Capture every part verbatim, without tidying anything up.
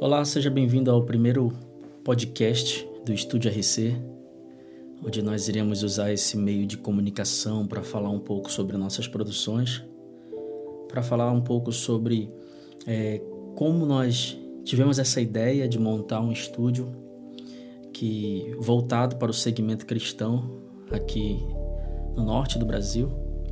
Olá, seja bem-vindo ao primeiro podcast do Estúdio R C, onde nós iremos usar esse meio de comunicação para falar um pouco sobre nossas produções, para falar um pouco sobre é, como nós tivemos essa ideia de montar um estúdio que voltado para o segmento cristão aqui no norte do Brasil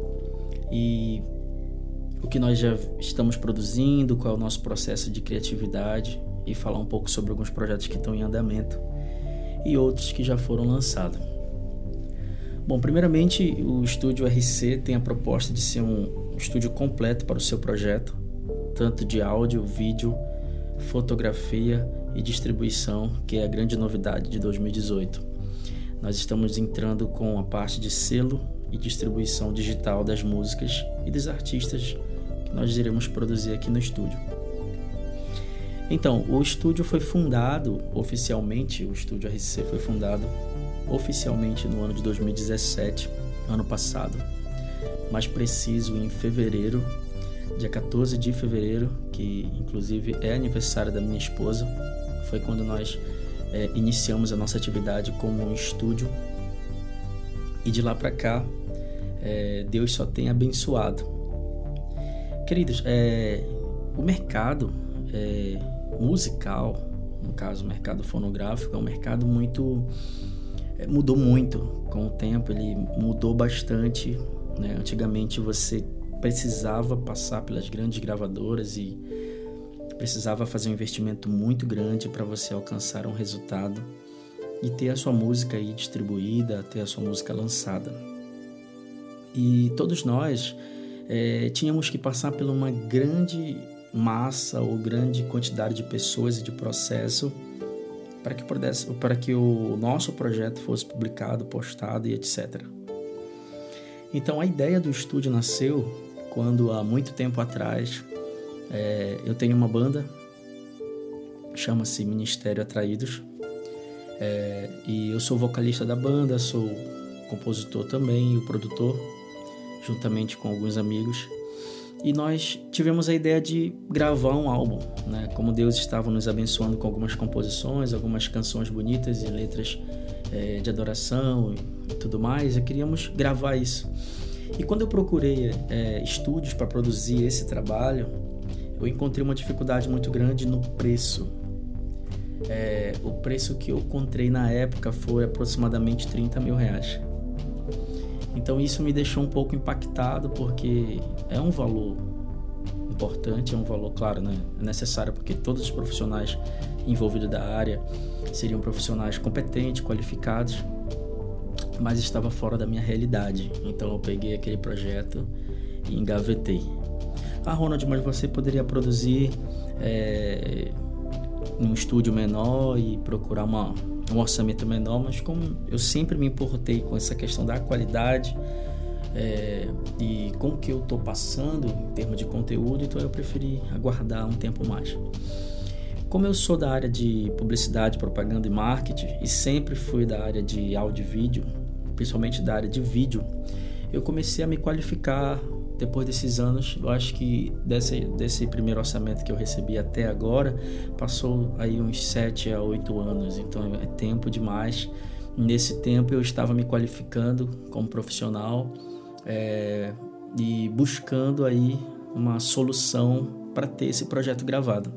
e o que nós já estamos produzindo, qual é o nosso processo de criatividade e falar um pouco sobre alguns projetos que estão em andamento e outros que já foram lançados. Bom, primeiramente, o Estúdio R C tem a proposta de ser um estúdio completo para o seu projeto, tanto de áudio, vídeo, fotografia e distribuição, que é a grande novidade de dois mil e dezoito. Nós estamos entrando com a parte de selo e distribuição digital das músicas e dos artistas que nós iremos produzir aqui no estúdio. Então, o estúdio foi fundado oficialmente, o Estúdio R C foi fundado oficialmente no ano de dois mil e dezessete, ano passado, mais preciso em fevereiro, dia quatorze de fevereiro, que inclusive é aniversário da minha esposa, foi quando nós é, iniciamos a nossa atividade como um estúdio e de lá para cá é, Deus só tem abençoado. Queridos, é, o mercado é, musical, no caso o mercado fonográfico, é um mercado muito é, mudou muito com o tempo, ele mudou bastante, né? Antigamente você precisava passar pelas grandes gravadoras e precisava fazer um investimento muito grande para você alcançar um resultado e ter a sua música aí distribuída, ter a sua música lançada. E todos nós é, tínhamos que passar por uma grande massa ou grande quantidade de pessoas e de processo para que, pudesse, para que o nosso projeto fosse publicado, postado e etcétera. Então a ideia do estúdio nasceu quando há muito tempo atrás é, eu tenho uma banda, chama-se Ministério Atraídos, é, e eu sou vocalista da banda, sou compositor também e o produtor, juntamente com alguns amigos. E nós tivemos a ideia de gravar um álbum, né? Como Deus estava nos abençoando com algumas composições, algumas canções bonitas e letras é, de adoração e tudo mais, e queríamos gravar isso. E quando eu procurei é, estúdios para produzir esse trabalho, eu encontrei uma dificuldade muito grande no preço. É, o preço que eu encontrei na época foi aproximadamente trinta mil reais. Então isso me deixou um pouco impactado, porque é um valor importante, é um valor, claro, né? É necessário, porque todos os profissionais envolvidos da área seriam profissionais competentes, qualificados, mas estava fora da minha realidade. Então eu peguei aquele projeto e engavetei. Ah, Ronald, mas você poderia produzir é, em um estúdio menor e procurar uma... um orçamento menor, mas como eu sempre me importei com essa questão da qualidade é, e com o que eu estou passando em termos de conteúdo, então eu preferi aguardar um tempo mais. Como eu sou da área de publicidade, propaganda e marketing e sempre fui da área de áudio e vídeo, principalmente da área de vídeo, eu comecei a me qualificar depois desses anos. Eu acho que desse, desse primeiro orçamento que eu recebi até agora, passou aí uns sete a oito anos, então é tempo demais. Nesse tempo eu estava me qualificando como profissional é, e buscando aí uma solução para ter esse projeto gravado.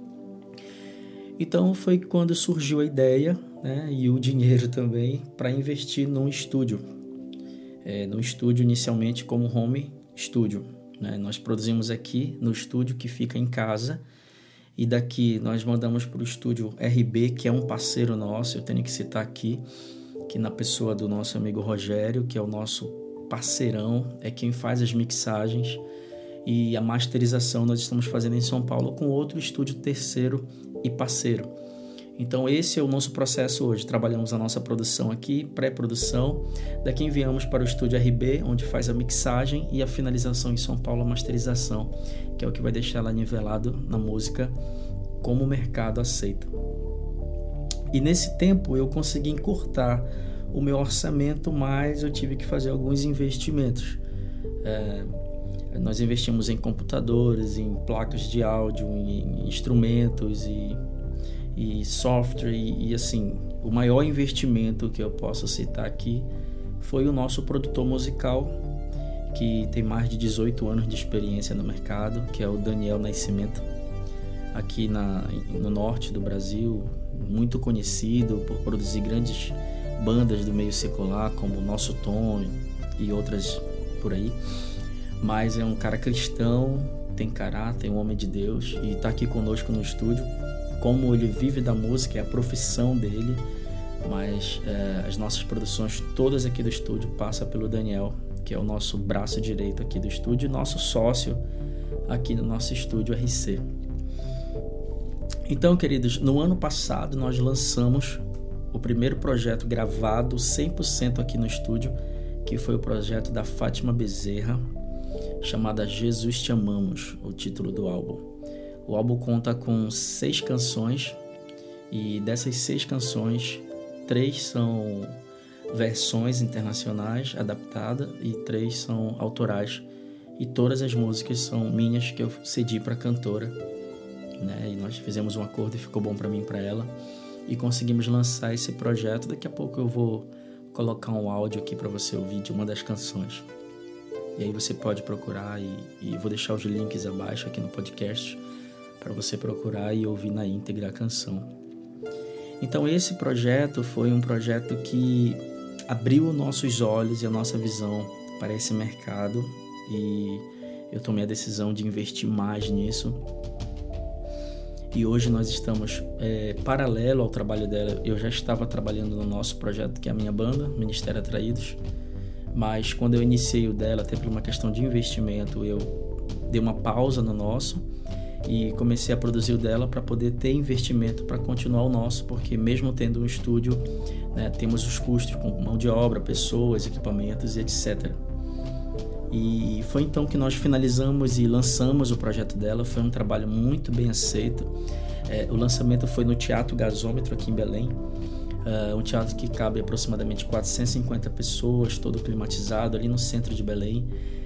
Então foi quando surgiu a ideia, né, e o dinheiro também para investir num estúdio. É, num estúdio inicialmente como home estúdio, né? Nós produzimos aqui no estúdio que fica em casa e daqui nós mandamos para o estúdio R B, que é um parceiro nosso. Eu tenho que citar aqui que na pessoa do nosso amigo Rogério, que é o nosso parceirão, é quem faz as mixagens e a masterização nós estamos fazendo em São Paulo com outro estúdio terceiro e parceiro. Então esse é o nosso processo hoje. Trabalhamos a nossa produção aqui, pré-produção, daqui enviamos para o estúdio R B, onde faz a mixagem, e a finalização em São Paulo, a masterização, que é o que vai deixar ela nivelado na música como o mercado aceita. E nesse tempo eu consegui encurtar o meu orçamento, mas eu tive que fazer alguns investimentos. É, nós investimos em computadores, em placas de áudio, em instrumentos e e software e, e assim, o maior investimento que eu posso citar aqui foi o nosso produtor musical, que tem mais de dezoito anos de experiência no mercado, que é o Daniel Nascimento, aqui na, no norte do Brasil, muito conhecido por produzir grandes bandas do meio secular, como o Nosso Tom e outras por aí, mas é um cara cristão, tem caráter, é um homem de Deus e está aqui conosco no estúdio. Como ele vive da música, é a profissão dele, mas é, as nossas produções todas aqui do estúdio passam pelo Daniel, que é o nosso braço direito aqui do estúdio e nosso sócio aqui no nosso estúdio R C. Então, queridos, no ano passado nós lançamos o primeiro projeto gravado cem por cento aqui no estúdio, que foi o projeto da Fátima Bezerra, chamada Jesus Te Amamos, o título do álbum. O álbum conta com seis canções e dessas seis canções, três são versões internacionais adaptadas e três são autorais. E todas as músicas são minhas que eu cedi para a cantora, né? E nós fizemos um acordo e ficou bom para mim e para ela. E conseguimos lançar esse projeto. Daqui a pouco eu vou colocar um áudio aqui para você ouvir de uma das canções. E aí você pode procurar e, e vou deixar os links abaixo aqui no podcast para você procurar e ouvir na íntegra a canção. Então esse projeto foi um projeto que abriu nossos olhos e a nossa visão para esse mercado e eu tomei a decisão de investir mais nisso. E hoje nós estamos é, paralelo ao trabalho dela. Eu já estava trabalhando no nosso projeto, que é a minha banda, Ministério Atraídos, mas quando eu iniciei o dela, até por uma questão de investimento, eu dei uma pausa no nosso e comecei a produzir o dela para poder ter investimento para continuar o nosso, porque mesmo tendo um estúdio, né, temos os custos com mão de obra, pessoas, equipamentos e etcétera. E foi então que nós finalizamos e lançamos o projeto dela. Foi um trabalho muito bem aceito. É, o lançamento foi no Teatro Gasômetro aqui em Belém, uh, um teatro que cabe aproximadamente quatrocentas e cinquenta pessoas, todo climatizado ali no centro de Belém.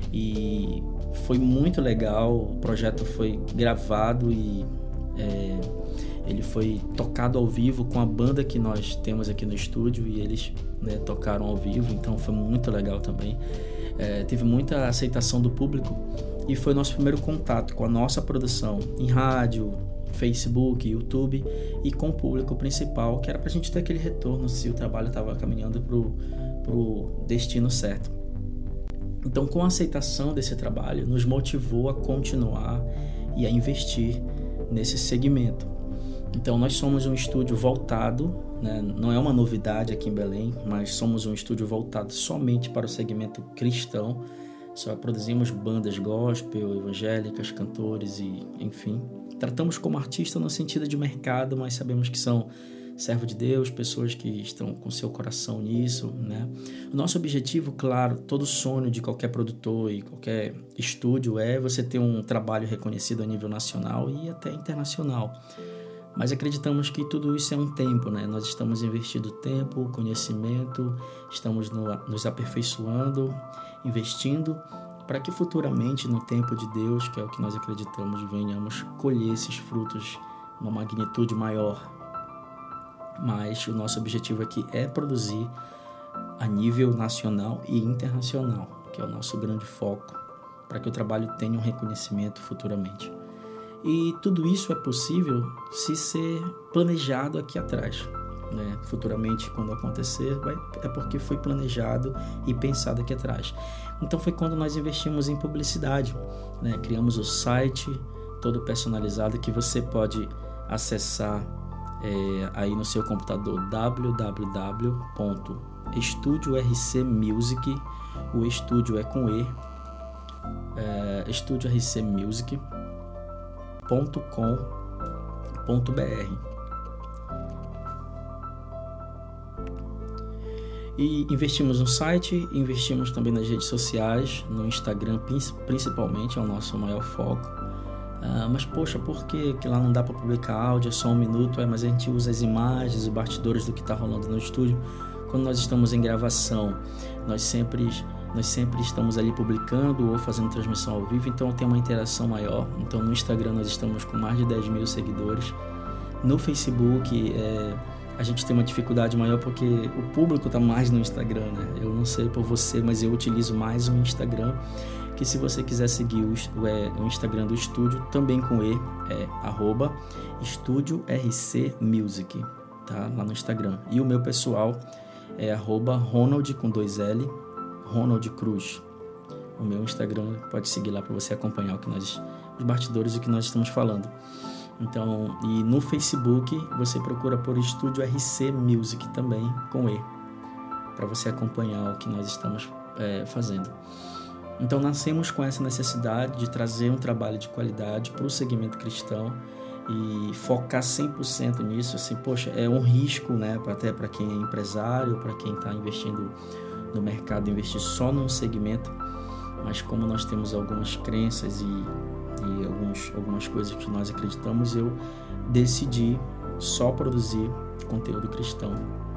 E foi muito legal. O projeto foi gravado e é, ele foi tocado ao vivo com a banda que nós temos aqui no estúdio e eles, né, tocaram ao vivo, então foi muito legal também. É, teve muita aceitação do público e foi nosso primeiro contato com a nossa produção em rádio, Facebook, YouTube e com o público principal, que era pra gente ter aquele retorno se o trabalho estava caminhando pro, pro destino certo. Então, com a aceitação desse trabalho, nos motivou a continuar e a investir nesse segmento. Então, nós somos um estúdio voltado, né? Não é uma novidade aqui em Belém, mas somos um estúdio voltado somente para o segmento cristão. Só produzimos bandas gospel, evangélicas, cantores e, enfim. Tratamos como artista no sentido de mercado, mas sabemos que são servos de Deus, pessoas que estão com seu coração nisso, né? O nosso objetivo, claro, todo sonho de qualquer produtor e qualquer estúdio é você ter um trabalho reconhecido a nível nacional e até internacional. Mas acreditamos que tudo isso é um tempo, né? Nós estamos investindo tempo, conhecimento, estamos no, nos aperfeiçoando, investindo, para que futuramente, no tempo de Deus, que é o que nós acreditamos, venhamos colher esses frutos numa magnitude maior. Mas o nosso objetivo aqui é produzir a nível nacional e internacional, que é o nosso grande foco, para que o trabalho tenha um reconhecimento futuramente. E tudo isso é possível se ser planejado aqui atrás, né? Futuramente, quando acontecer, vai, é porque foi planejado e pensado aqui atrás. Então foi quando nós investimos em publicidade, né? Criamos o site todo personalizado que você pode acessar é, aí no seu computador, w w w ponto estúdio r c music, o estúdio é com E, é, estúdio r c music ponto com ponto b r. E investimos no site, investimos também nas redes sociais, no Instagram principalmente, é o nosso maior foco. Ah, mas poxa, por que, que lá não dá para publicar áudio, é só um minuto? É, mas a gente usa as imagens, os bastidores do que está rolando no estúdio. Quando nós estamos em gravação, nós sempre... Nós sempre estamos ali publicando ou fazendo transmissão ao vivo, então tem uma interação maior. Então no Instagram nós estamos com mais de dez mil seguidores, No Facebook, é, a gente tem uma dificuldade maior porque o público está mais no Instagram, né? Eu não sei por você, mas eu utilizo mais o Instagram, que se você quiser seguir o, o, o Instagram do estúdio, também com E, é arroba Estúdio R C Music, tá? Lá no Instagram. E o meu pessoal é arroba Ronald com dois L, Ronald Cruz. O meu Instagram, pode seguir lá para você acompanhar o que nós, os bastidores e o que nós estamos falando. Então, e no Facebook você procura por Estúdio R C Music também com E, para você acompanhar o que nós estamos é, fazendo. Então nascemos com essa necessidade de trazer um trabalho de qualidade para o segmento cristão e focar cem por cento nisso. Assim, poxa, é um risco, né, até para quem é empresário, para quem está investindo no mercado, investir só num segmento, mas como nós temos algumas crenças e, e alguns, algumas coisas que nós acreditamos, eu decidi só produzir conteúdo cristão.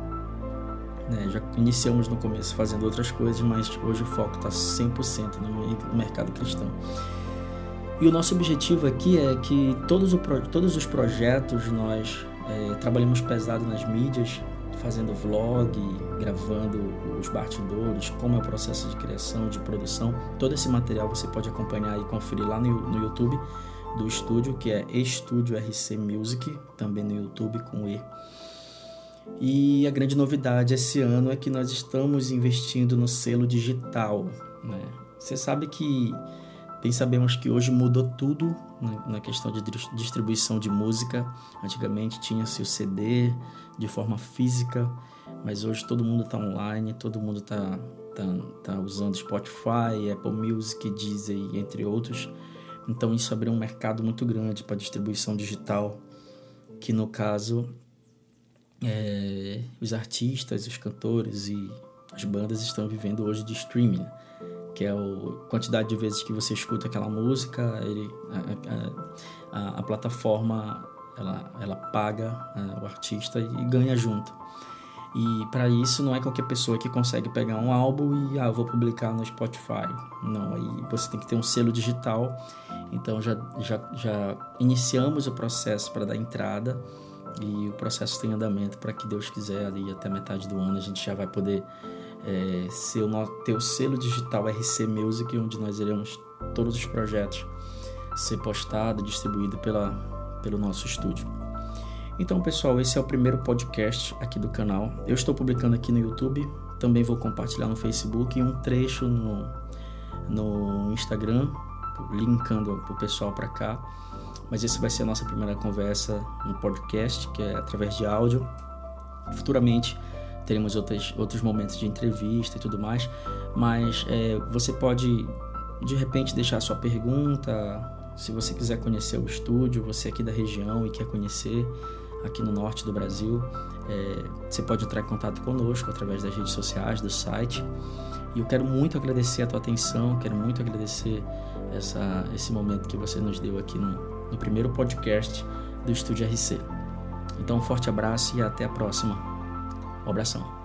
É, já iniciamos no começo fazendo outras coisas, mas hoje o foco está cem por cento no mercado cristão. E o nosso objetivo aqui é que todos, o, todos os projetos nós é, trabalhamos pesado nas mídias, fazendo vlog, gravando os bastidores, como é o processo de criação, de produção. Todo esse material você pode acompanhar e conferir lá no, no YouTube do estúdio, que é Estúdio R C Music, também no YouTube com E. E a grande novidade esse ano é que nós estamos investindo no selo digital, né? Você sabe que, bem sabemos que hoje mudou tudo na questão de distribuição de música. Antigamente tinha-se o C D de forma física, mas hoje todo mundo está online, todo mundo está tá, tá usando Spotify, Apple Music, Deezer, entre outros. Então isso abriu um mercado muito grande para distribuição digital, que no caso... É, os artistas, os cantores e as bandas estão vivendo hoje de streaming, que é a quantidade de vezes que você escuta aquela música, ele, a, a, a plataforma ela, ela paga a, o artista e ganha junto. E para isso não é qualquer pessoa que consegue pegar um álbum e ah, eu vou publicar no Spotify. Não, aí você tem que ter um selo digital. Então já, já, já iniciamos o processo para dar entrada. E o processo tem andamento para que Deus quiser, ali até metade do ano a gente já vai poder é, ser o, ter o selo digital R C Music, onde nós iremos todos os projetos ser postados, distribuídos pela, pelo nosso estúdio. Então, pessoal, esse é o primeiro podcast aqui do canal. Eu estou publicando aqui no YouTube, também vou compartilhar no Facebook e um trecho no, no Instagram, linkando o pessoal para cá. Mas esse vai ser a nossa primeira conversa no podcast, que é através de áudio. Futuramente teremos outros, outros momentos de entrevista e tudo mais, mas é, você pode, de repente, deixar a sua pergunta. Se você quiser conhecer o estúdio, você aqui da região e quer conhecer aqui no norte do Brasil, é, você pode entrar em contato conosco através das redes sociais, do site. E eu quero muito agradecer a tua atenção, quero muito agradecer essa, esse momento que você nos deu aqui no no primeiro podcast do Estúdio R C. Então, um forte abraço e até a próxima. Um abração.